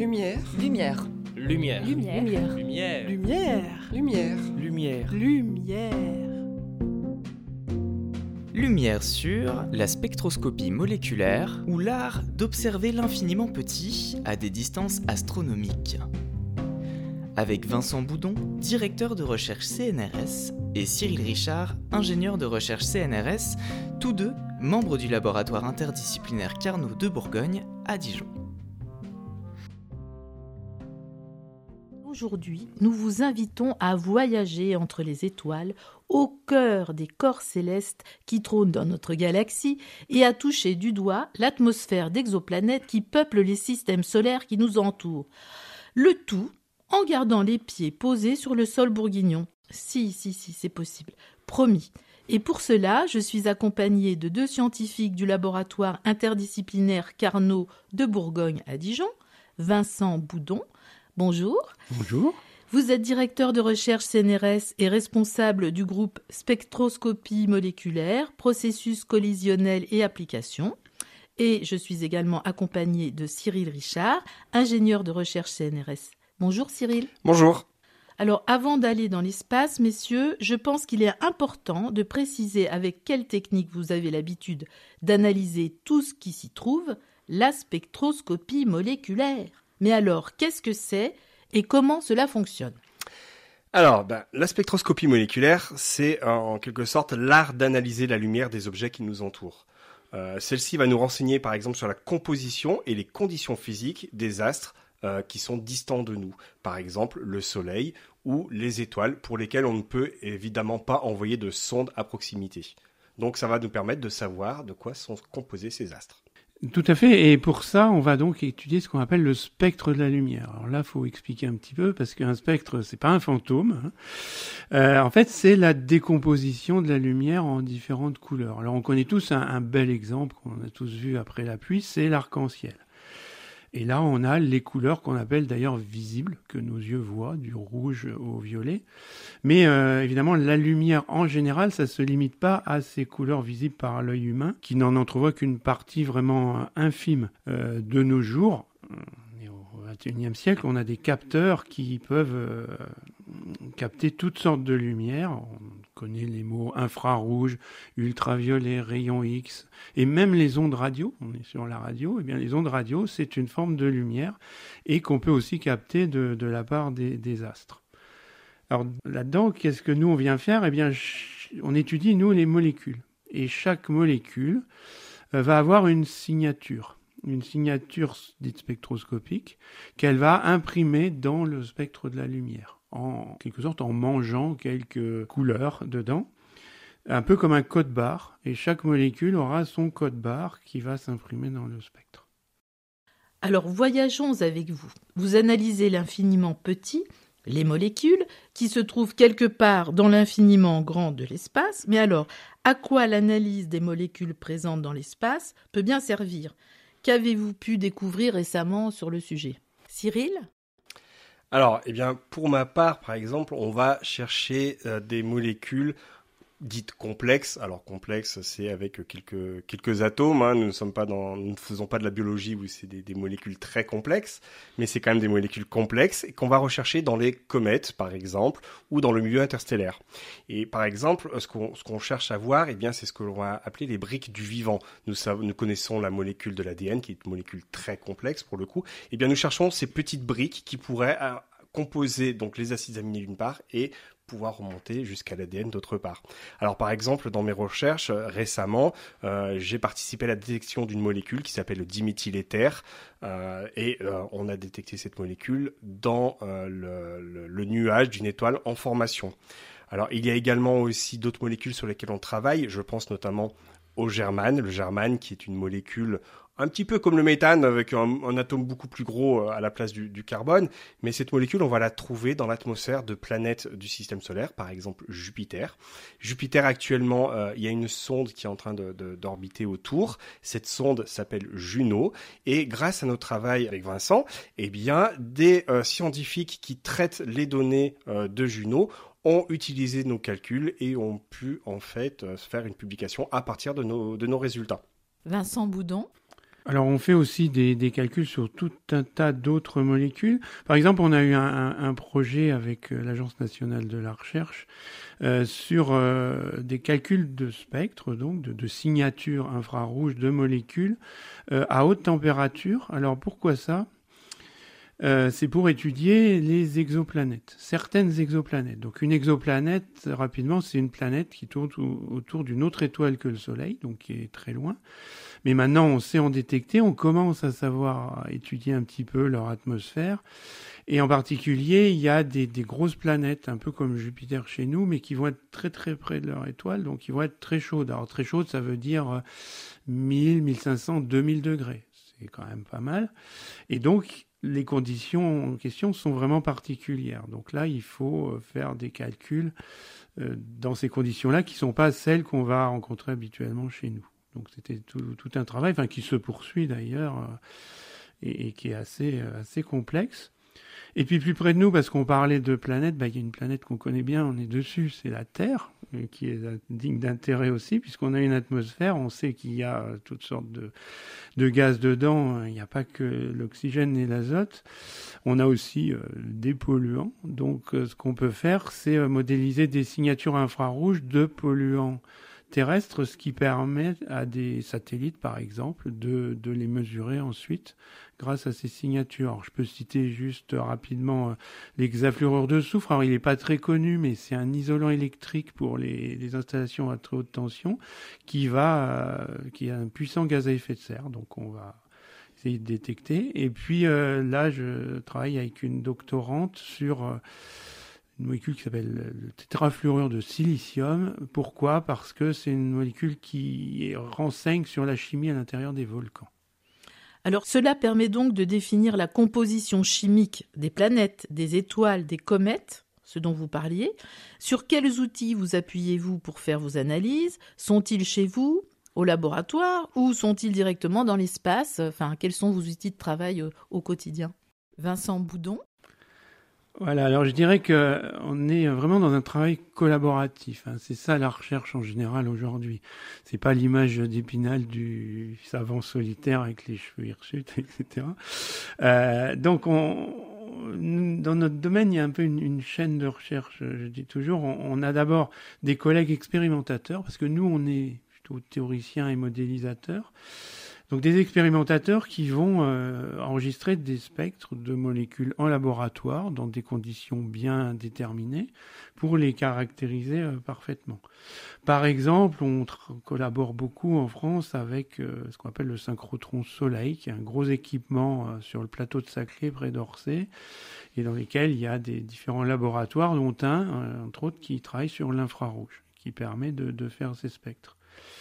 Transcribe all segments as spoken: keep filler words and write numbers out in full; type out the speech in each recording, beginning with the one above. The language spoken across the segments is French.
Lumière. Lumière. Lumière. Lumière. Lumière. Lumière. Lumière. Lumière. Lumière. Lumière sur la spectroscopie moléculaire ou l'art d'observer l'infiniment petit à des distances astronomiques. Avec Vincent Boudon, directeur de recherche C N R S, et Cyril Richard, ingénieur de recherche C N R S, tous deux membres du laboratoire interdisciplinaire Carnot de Bourgogne à Dijon. Aujourd'hui, nous vous invitons à voyager entre les étoiles, au cœur des corps célestes qui trônent dans notre galaxie, et à toucher du doigt l'atmosphère d'exoplanètes qui peuplent les systèmes solaires qui nous entourent. Le tout en gardant les pieds posés sur le sol bourguignon. Si, si, si, c'est possible. Promis. Et pour cela, je suis accompagnée de deux scientifiques du laboratoire interdisciplinaire Carnot de Bourgogne à Dijon, Vincent Boudon. Bonjour. Bonjour. Vous êtes directeur de recherche C N R S et responsable du groupe spectroscopie moléculaire, processus collisionnels et applications. Et je suis également accompagnée de Cyril Richard, ingénieur de recherche C N R S. Bonjour Cyril. Bonjour. Alors avant d'aller dans l'espace, messieurs, je pense qu'il est important de préciser avec quelle technique vous avez l'habitude d'analyser tout ce qui s'y trouve, la spectroscopie moléculaire. Mais alors, qu'est-ce que c'est et comment cela fonctionne ? Alors, ben, la spectroscopie moléculaire, c'est en quelque sorte l'art d'analyser la lumière des objets qui nous entourent. Euh, celle-ci va nous renseigner par exemple sur la composition et les conditions physiques des astres euh, qui sont distants de nous. Par exemple, le Soleil ou les étoiles pour lesquelles on ne peut évidemment pas envoyer de sonde à proximité. Donc ça va nous permettre de savoir de quoi sont composés ces astres. Tout à fait, et pour ça, on va donc étudier ce qu'on appelle le spectre de la lumière. Alors là, il faut expliquer un petit peu, parce qu'un spectre, c'est pas un fantôme. Hein. Euh, en fait, c'est la décomposition de la lumière en différentes couleurs. Alors on connaît tous un, un bel exemple qu'on a tous vu après la pluie, c'est l'arc-en-ciel. Et là, on a les couleurs qu'on appelle d'ailleurs visibles, que nos yeux voient, du rouge au violet. Mais euh, évidemment, la lumière en général, ça se limite pas à ces couleurs visibles par l'œil humain, qui n'en entrevoit qu'une partie vraiment infime. Euh, de nos jours, on est au vingt et unième siècle, on a des capteurs qui peuvent euh, capter toutes sortes de lumières. On connaît les mots infrarouge, ultraviolet, rayons X, et même les ondes radio. On est sur la radio. Eh bien, les ondes radio, c'est une forme de lumière et qu'on peut aussi capter de, de la part des, des astres. Alors là-dedans, qu'est-ce que nous on vient faire ? Eh bien, on étudie nous les molécules, et chaque molécule va avoir une signature, une signature dite spectroscopique qu'elle va imprimer dans le spectre de la lumière, en quelque sorte en mangeant quelques couleurs dedans, un peu comme un code barre, et chaque molécule aura son code barre qui va s'imprimer dans le spectre. Alors voyageons avec vous. Vous analysez l'infiniment petit, les molécules, qui se trouvent quelque part dans l'infiniment grand de l'espace. Mais alors, à quoi l'analyse des molécules présentes dans l'espace peut bien servir ? Qu'avez-vous pu découvrir récemment sur le sujet ? Cyril ? Alors, eh bien, pour ma part, par exemple, on va chercher euh, des molécules dites complexes. Alors, complexes, c'est avec quelques quelques atomes. Hein. Nous ne sommes pas dans, nous ne faisons pas de la biologie où c'est des, des molécules très complexes, mais c'est quand même des molécules complexes et qu'on va rechercher dans les comètes, par exemple, ou dans le milieu interstellaire. Et par exemple, ce qu'on ce qu'on cherche à voir, eh bien, c'est ce que l'on va appeler les briques du vivant. Nous savons, nous connaissons la molécule de l'A D N, qui est une molécule très complexe pour le coup. Eh bien, nous cherchons ces petites briques qui pourraient euh, composer donc les acides aminés d'une part et pouvoir remonter jusqu'à l'A D N d'autre part. Alors par exemple, dans mes recherches, euh, récemment, euh, j'ai participé à la détection d'une molécule qui s'appelle le diméthyléther euh, et euh, on a détecté cette molécule dans euh, le, le, le nuage d'une étoile en formation. Alors il y a également aussi d'autres molécules sur lesquelles on travaille, je pense notamment au germane, le germane qui est une molécule un petit peu comme le méthane, avec un, un atome beaucoup plus gros à la place du, du carbone. Mais cette molécule, on va la trouver dans l'atmosphère de planètes du système solaire, par exemple Jupiter. Jupiter, actuellement, euh, il y a une sonde qui est en train de, de, d'orbiter autour. Cette sonde s'appelle Juno. Et grâce à notre travail avec Vincent, eh bien, des euh, scientifiques qui traitent les données euh, de Juno ont utilisé nos calculs et ont pu, en fait, euh, faire une publication à partir de nos, de nos résultats. Vincent Boudon ? Alors on fait aussi des, des calculs sur tout un tas d'autres molécules. Par exemple, on a eu un, un, un projet avec l'Agence nationale de la recherche euh, sur euh, des calculs de spectre, donc de, de signatures infrarouges de molécules euh, à haute température. Alors pourquoi ça ? Euh, c'est pour étudier les exoplanètes, certaines exoplanètes. Donc une exoplanète, rapidement, c'est une planète qui tourne autour d'une autre étoile que le Soleil, donc qui est très loin. Mais maintenant, on sait en détecter, on commence à savoir à étudier un petit peu leur atmosphère. Et en particulier, il y a des, des grosses planètes, un peu comme Jupiter chez nous, mais qui vont être très très près de leur étoile, donc qui vont être très chaudes. Alors très chaudes, ça veut dire mille, mille cinq cents, deux mille degrés. C'est quand même pas mal. Et donc, les conditions en question sont vraiment particulières. Donc là, il faut faire des calculs euh, dans ces conditions-là qui ne sont pas celles qu'on va rencontrer habituellement chez nous. Donc c'était tout, tout un travail, enfin qui se poursuit d'ailleurs euh, et, et qui est assez, euh, assez complexe. Et puis plus près de nous, parce qu'on parlait de planètes, bah, il y a une planète qu'on connaît bien, on est dessus, c'est la Terre, qui est digne d'intérêt aussi, puisqu'on a une atmosphère, on sait qu'il y a toutes sortes de, de gaz dedans, il n'y a pas que l'oxygène et l'azote, on a aussi euh, des polluants. Donc euh, ce qu'on peut faire, c'est euh, modéliser des signatures infrarouges de polluants terrestres, ce qui permet à des satellites, par exemple, de, de les mesurer ensuite grâce à ces signatures. Alors, je peux citer juste rapidement euh, l'hexafluorure de soufre. Alors, il n'est pas très connu, mais c'est un isolant électrique pour les, les installations à très haute tension qui, va, euh, qui a un puissant gaz à effet de serre. Donc, on va essayer de détecter. Et puis, euh, là, je travaille avec une doctorante sur... Euh, une molécule qui s'appelle le tétrafluorure de silicium. Pourquoi ? Parce que c'est une molécule qui renseigne sur la chimie à l'intérieur des volcans. Alors cela permet donc de définir la composition chimique des planètes, des étoiles, des comètes, ce dont vous parliez. Sur quels outils vous appuyez-vous pour faire vos analyses ? Sont-ils chez vous, au laboratoire, ou sont-ils directement dans l'espace ? Enfin, quels sont vos outils de travail au, au quotidien ? Vincent Boudon ? Voilà, alors je dirais qu'on est vraiment dans un travail collaboratif. Hein. C'est ça la recherche en général aujourd'hui. C'est pas l'image d'Épinal du savant solitaire avec les cheveux hirsutes, et cetera. Euh, donc, on, dans notre domaine, il y a un peu une, une chaîne de recherche. Je dis toujours, on, on a d'abord des collègues expérimentateurs, parce que nous, on est plutôt théoriciens et modélisateurs. Donc des expérimentateurs qui vont euh, enregistrer des spectres de molécules en laboratoire dans des conditions bien déterminées pour les caractériser euh, parfaitement. Par exemple, on tra- collabore beaucoup en France avec euh, ce qu'on appelle le synchrotron Soleil, qui est un gros équipement euh, sur le plateau de Saclay près d'Orsay, et dans lequel il y a des différents laboratoires, dont un, euh, entre autres, qui travaille sur l'infrarouge, qui permet de, de faire ces spectres.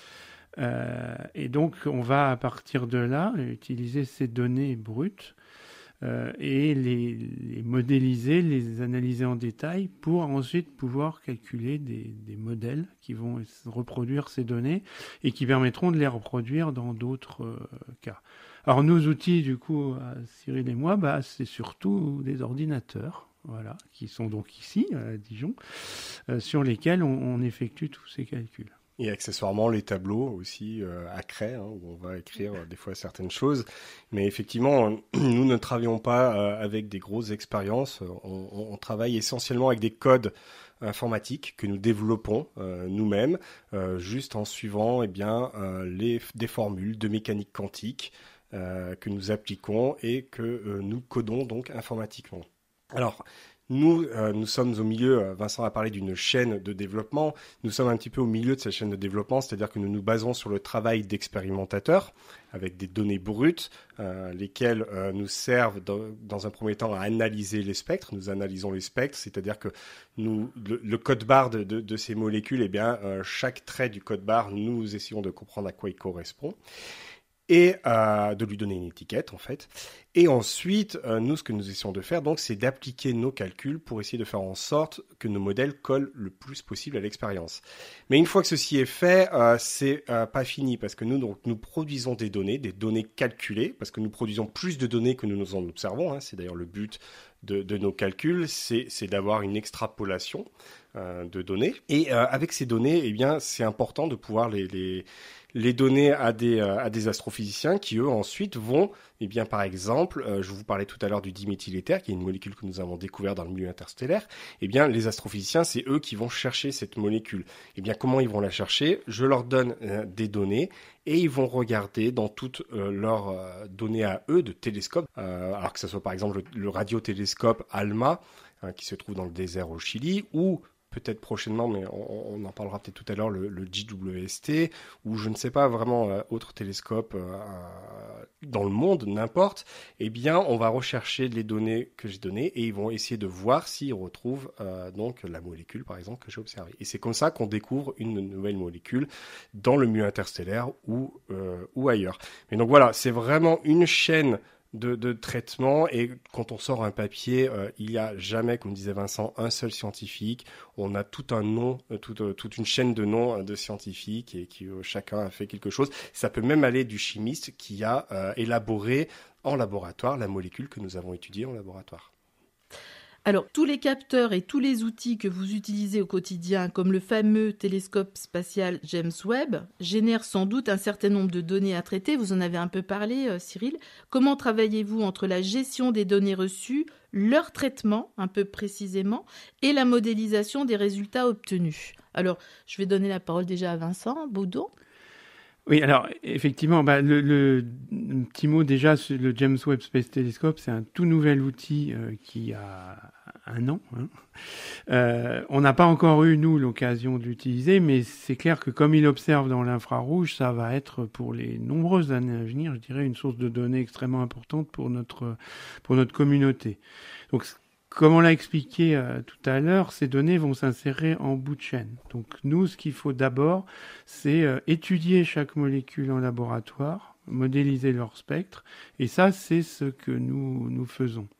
Euh, et donc, on va à partir de là utiliser ces données brutes euh, et les, les modéliser, les analyser en détail pour ensuite pouvoir calculer des, des modèles qui vont reproduire ces données et qui permettront de les reproduire dans d'autres euh, cas. Alors, nos outils, du coup, à Cyril et moi, bah, c'est surtout des ordinateurs. Voilà, qui sont donc ici, à Dijon, euh, sur lesquels on, on effectue tous ces calculs. Et accessoirement, les tableaux aussi euh, à craie, hein, où on va écrire euh, des fois certaines choses. Mais effectivement, nous ne travaillons pas euh, avec des grosses expériences. On, on travaille essentiellement avec des codes informatiques que nous développons euh, nous-mêmes, euh, juste en suivant eh bien, euh, les, des formules de mécanique quantique euh, que nous appliquons et que euh, nous codons donc informatiquement. Alors, Nous, euh, nous sommes au milieu, euh, Vincent a parlé d'une chaîne de développement, nous sommes un petit peu au milieu de cette chaîne de développement, c'est-à-dire que nous nous basons sur le travail d'expérimentateurs avec des données brutes, euh, lesquelles euh, nous servent dans, dans un premier temps à analyser les spectres. Nous analysons les spectres, c'est-à-dire que nous, le, le code-barre de, de, de ces molécules, eh bien, euh, chaque trait du code-barre, nous essayons de comprendre à quoi il correspond. Et euh, de lui donner une étiquette en fait. Et ensuite, euh, nous, ce que nous essayons de faire, donc, c'est d'appliquer nos calculs pour essayer de faire en sorte que nos modèles collent le plus possible à l'expérience. Mais une fois que ceci est fait, euh, c'est euh, pas fini parce que nous, donc, nous produisons des données, des données calculées, parce que nous produisons plus de données que nous nous en observons. Hein, c'est d'ailleurs le but de, de nos calculs, c'est, c'est d'avoir une extrapolation euh, de données. Et euh, avec ces données, eh bien, c'est important de pouvoir les, les les donner à des, euh, à des astrophysiciens qui, eux, ensuite vont, eh bien, par exemple, euh, je vous parlais tout à l'heure du diméthyléther, qui est une molécule que nous avons découverte dans le milieu interstellaire, eh bien, les astrophysiciens, c'est eux qui vont chercher cette molécule. Eh bien, comment ils vont la chercher ? Je leur donne euh, des données et ils vont regarder dans toutes euh, leurs euh, données à eux de télescopes, euh, alors que ce soit, par exemple, le, le radiotélescope ALMA, hein, qui se trouve dans le désert au Chili, ou peut-être prochainement, mais on, on en parlera peut-être tout à l'heure, le, le J W S T, ou je ne sais pas vraiment euh, autre télescope euh, dans le monde, n'importe, eh bien, on va rechercher les données que j'ai données et ils vont essayer de voir s'ils retrouvent euh, donc la molécule, par exemple, que j'ai observée. Et c'est comme ça qu'on découvre une nouvelle molécule dans le milieu interstellaire ou, euh, ou ailleurs. Mais donc voilà, c'est vraiment une chaîne De, de traitement, et quand on sort un papier, euh, il n'y a jamais, comme disait Vincent, un seul scientifique. On a tout un nom, euh, tout, euh, toute une chaîne de noms euh, de scientifiques et qui euh, chacun a fait quelque chose. Ça peut même aller du chimiste qui a euh, élaboré en laboratoire la molécule que nous avons étudiée en laboratoire. Alors, tous les capteurs et tous les outils que vous utilisez au quotidien, comme le fameux télescope spatial James Webb, génèrent sans doute un certain nombre de données à traiter. Vous en avez un peu parlé, euh, Cyril. Comment travaillez-vous entre la gestion des données reçues, leur traitement, un peu précisément, et la modélisation des résultats obtenus ? Alors, je vais donner la parole déjà à Vincent Boudon. Oui, alors effectivement, bah, le, le un petit mot déjà sur le James Webb Space Telescope, c'est un tout nouvel outil euh, qui a un an. Hein. Euh, on n'a pas encore eu, nous, l'occasion de l'utiliser, mais c'est clair que comme il observe dans l'infrarouge, ça va être pour les nombreuses années à venir, je dirais, une source de données extrêmement importante pour notre, pour notre communauté. Donc, comme on l'a expliqué euh, tout à l'heure, ces données vont s'insérer en bout de chaîne. Donc nous, ce qu'il faut d'abord, c'est euh, étudier chaque molécule en laboratoire, modéliser leur spectre, et ça, c'est ce que nous, nous faisons.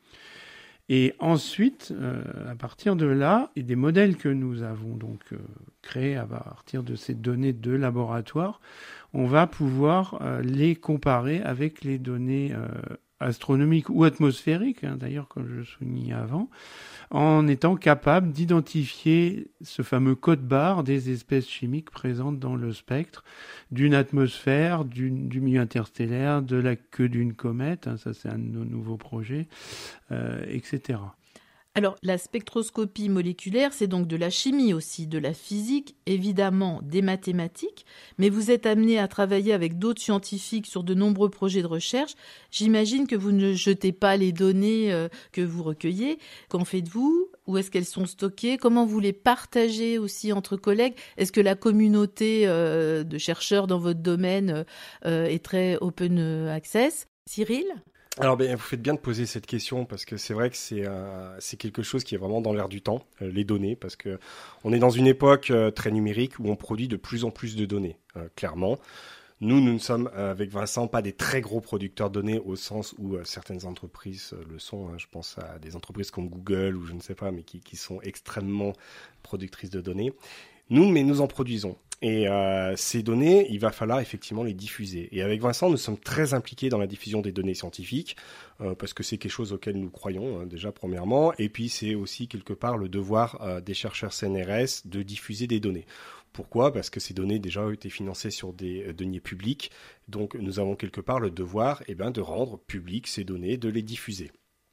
Et ensuite, euh, à partir de là, et des modèles que nous avons donc euh, créés à partir de ces données de laboratoire, on va pouvoir euh, les comparer avec les données euh, astronomique ou atmosphérique, hein, d'ailleurs, comme je le soulignais avant, en étant capable d'identifier ce fameux code barre des espèces chimiques présentes dans le spectre d'une atmosphère, d'une, du milieu interstellaire, de la queue d'une comète, hein, ça c'est un de nos nouveaux projets, euh, et cetera. Alors, la spectroscopie moléculaire, c'est donc de la chimie aussi, de la physique, évidemment des mathématiques, mais vous êtes amené à travailler avec d'autres scientifiques sur de nombreux projets de recherche. J'imagine que vous ne jetez pas les données euh, que vous recueillez. Qu'en faites-vous ? Où est-ce qu'elles sont stockées ? Comment vous les partagez aussi entre collègues ? Est-ce que la communauté euh, de chercheurs dans votre domaine euh, est très open access ? Cyril ? Alors, ben, vous faites bien de poser cette question parce que c'est vrai que c'est, euh, c'est quelque chose qui est vraiment dans l'air du temps, euh, les données, parce que on est dans une époque euh, très numérique où on produit de plus en plus de données, euh, clairement. Nous, nous ne sommes, euh, avec Vincent, pas des très gros producteurs de données au sens où euh, certaines entreprises euh, le sont. Hein. Je pense à des entreprises comme Google ou je ne sais pas, mais qui, qui sont extrêmement productrices de données. Nous, mais nous en produisons. Et euh, ces données, il va falloir effectivement les diffuser. Et avec Vincent, nous sommes très impliqués dans la diffusion des données scientifiques, euh, parce que c'est quelque chose auquel nous croyons, hein, déjà premièrement. Et puis c'est aussi quelque part le devoir euh, des chercheurs C N R S de diffuser des données. Pourquoi ? Parce que ces données déjà ont été financées sur des euh, deniers publics. Donc nous avons quelque part le devoir eh ben, de rendre publiques ces données, de les diffuser.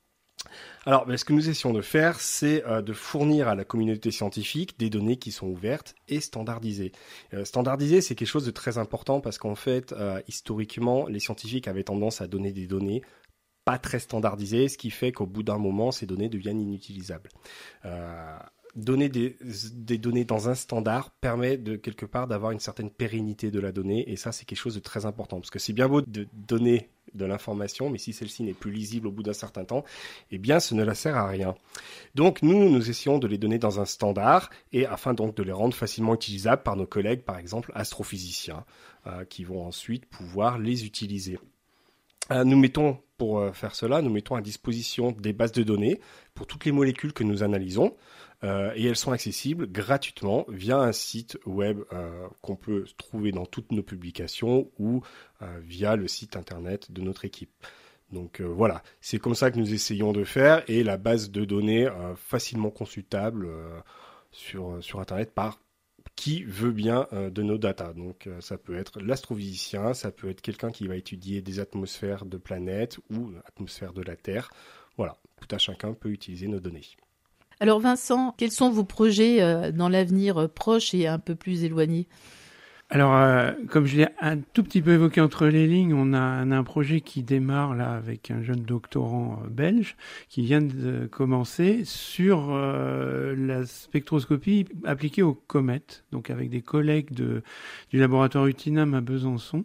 Alors, ben, ce que nous essayons de faire, c'est euh, de fournir à la communauté scientifique des données qui sont ouvertes et standardisées. Euh, standardisées, c'est quelque chose de très important parce qu'en fait, euh, historiquement, les scientifiques avaient tendance à donner des données pas très standardisées, ce qui fait qu'au bout d'un moment, ces données deviennent inutilisables. Euh, Donner des, des données dans un standard permet de quelque part d'avoir une certaine pérennité de la donnée, et ça c'est quelque chose de très important parce que c'est bien beau de donner de l'information, mais si celle-ci n'est plus lisible au bout d'un certain temps, eh bien ce ne la sert à rien. Donc nous, nous essayons de les donner dans un standard et afin donc de les rendre facilement utilisables par nos collègues, par exemple astrophysiciens, euh, qui vont ensuite pouvoir les utiliser. Euh, nous mettons, pour euh, faire cela, nous mettons à disposition des bases de données pour toutes les molécules que nous analysons. Euh, et elles sont accessibles gratuitement via un site web euh, qu'on peut trouver dans toutes nos publications ou euh, via le site internet de notre équipe. Donc euh, voilà, c'est comme ça que nous essayons de faire, et la base de données euh, facilement consultable euh, sur, sur internet par qui veut bien euh, de nos datas. Donc euh, ça peut être l'astrophysicien, ça peut être quelqu'un qui va étudier des atmosphères de planètes ou l'atmosphère de la Terre. Voilà, tout à chacun peut utiliser nos données. Alors Vincent, quels sont vos projets euh, dans l'avenir euh, proche et un peu plus éloigné ? Alors, euh, comme je l'ai un tout petit peu évoqué entre les lignes, on a, on a un projet qui démarre là avec un jeune doctorant euh, belge qui vient de commencer sur euh, la spectroscopie appliquée aux comètes, donc avec des collègues de, du laboratoire Utinam à Besançon.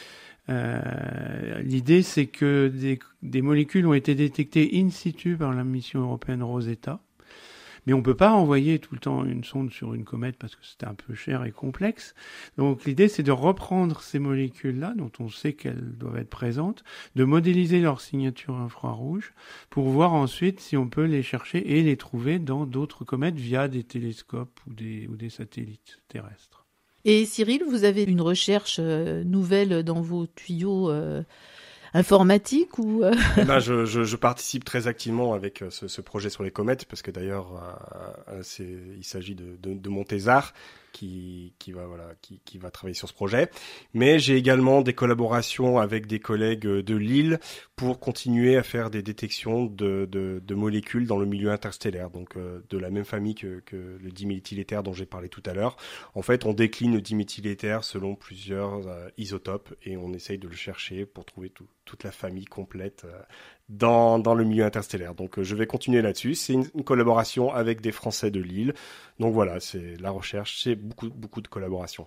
Euh, l'idée, c'est que des, des molécules ont été détectées in situ par la mission européenne Rosetta. Mais on ne peut pas envoyer tout le temps une sonde sur une comète parce que c'était un peu cher et complexe. Donc l'idée, c'est de reprendre ces molécules-là, dont on sait qu'elles doivent être présentes, de modéliser leur signature infrarouge pour voir ensuite si on peut les chercher et les trouver dans d'autres comètes via des télescopes ou des, ou des satellites terrestres. Et Cyril, vous avez une recherche euh, nouvelle dans vos tuyaux euh, informatiques ou euh... eh ben, je, je, je participe très activement avec ce, ce projet sur les comètes, parce que d'ailleurs, euh, c'est, il s'agit de, de, de mon thésard qui, qui va voilà, qui, qui va travailler sur ce projet. Mais j'ai également des collaborations avec des collègues de Lille pour continuer à faire des détections de, de, de molécules dans le milieu interstellaire, donc euh, de la même famille que, que le diméthyléther dont j'ai parlé tout à l'heure. En fait, on décline le diméthyléther selon plusieurs euh, isotopes et on essaye de le chercher pour trouver tout, toute la famille complète euh, dans, dans le milieu interstellaire. Donc euh, je vais continuer là-dessus. C'est une, une collaboration avec des Français de Lille. Donc voilà, c'est la recherche, c'est beaucoup, beaucoup de collaboration.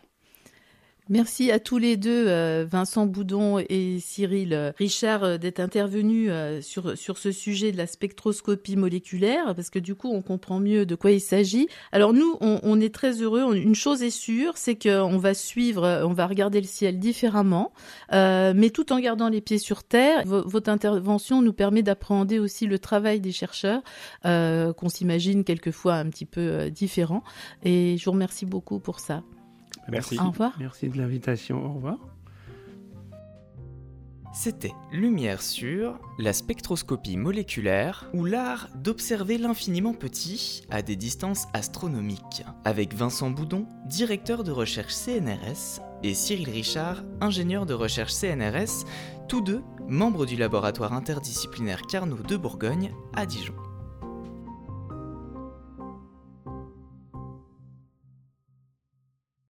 Merci à tous les deux, euh, Vincent Boudon et Cyril Richard, euh, d'être intervenus euh, sur, sur ce sujet de la spectroscopie moléculaire, parce que du coup, on comprend mieux de quoi il s'agit. Alors nous, on, on est très heureux. On, une chose est sûre, c'est qu'on va suivre, on va regarder le ciel différemment, euh, mais tout en gardant les pieds sur terre. V- votre intervention nous permet d'appréhender aussi le travail des chercheurs, euh, qu'on s'imagine quelquefois un petit peu euh, différent. Et je vous remercie beaucoup pour ça. Merci. Au revoir. Merci de l'invitation. Au revoir. C'était Lumière sur la spectroscopie moléculaire ou l'art d'observer l'infiniment petit à des distances astronomiques, avec Vincent Boudon, directeur de recherche C N R S, et Cyril Richard, ingénieur de recherche C N R S, tous deux membres du laboratoire interdisciplinaire Carnot de Bourgogne à Dijon.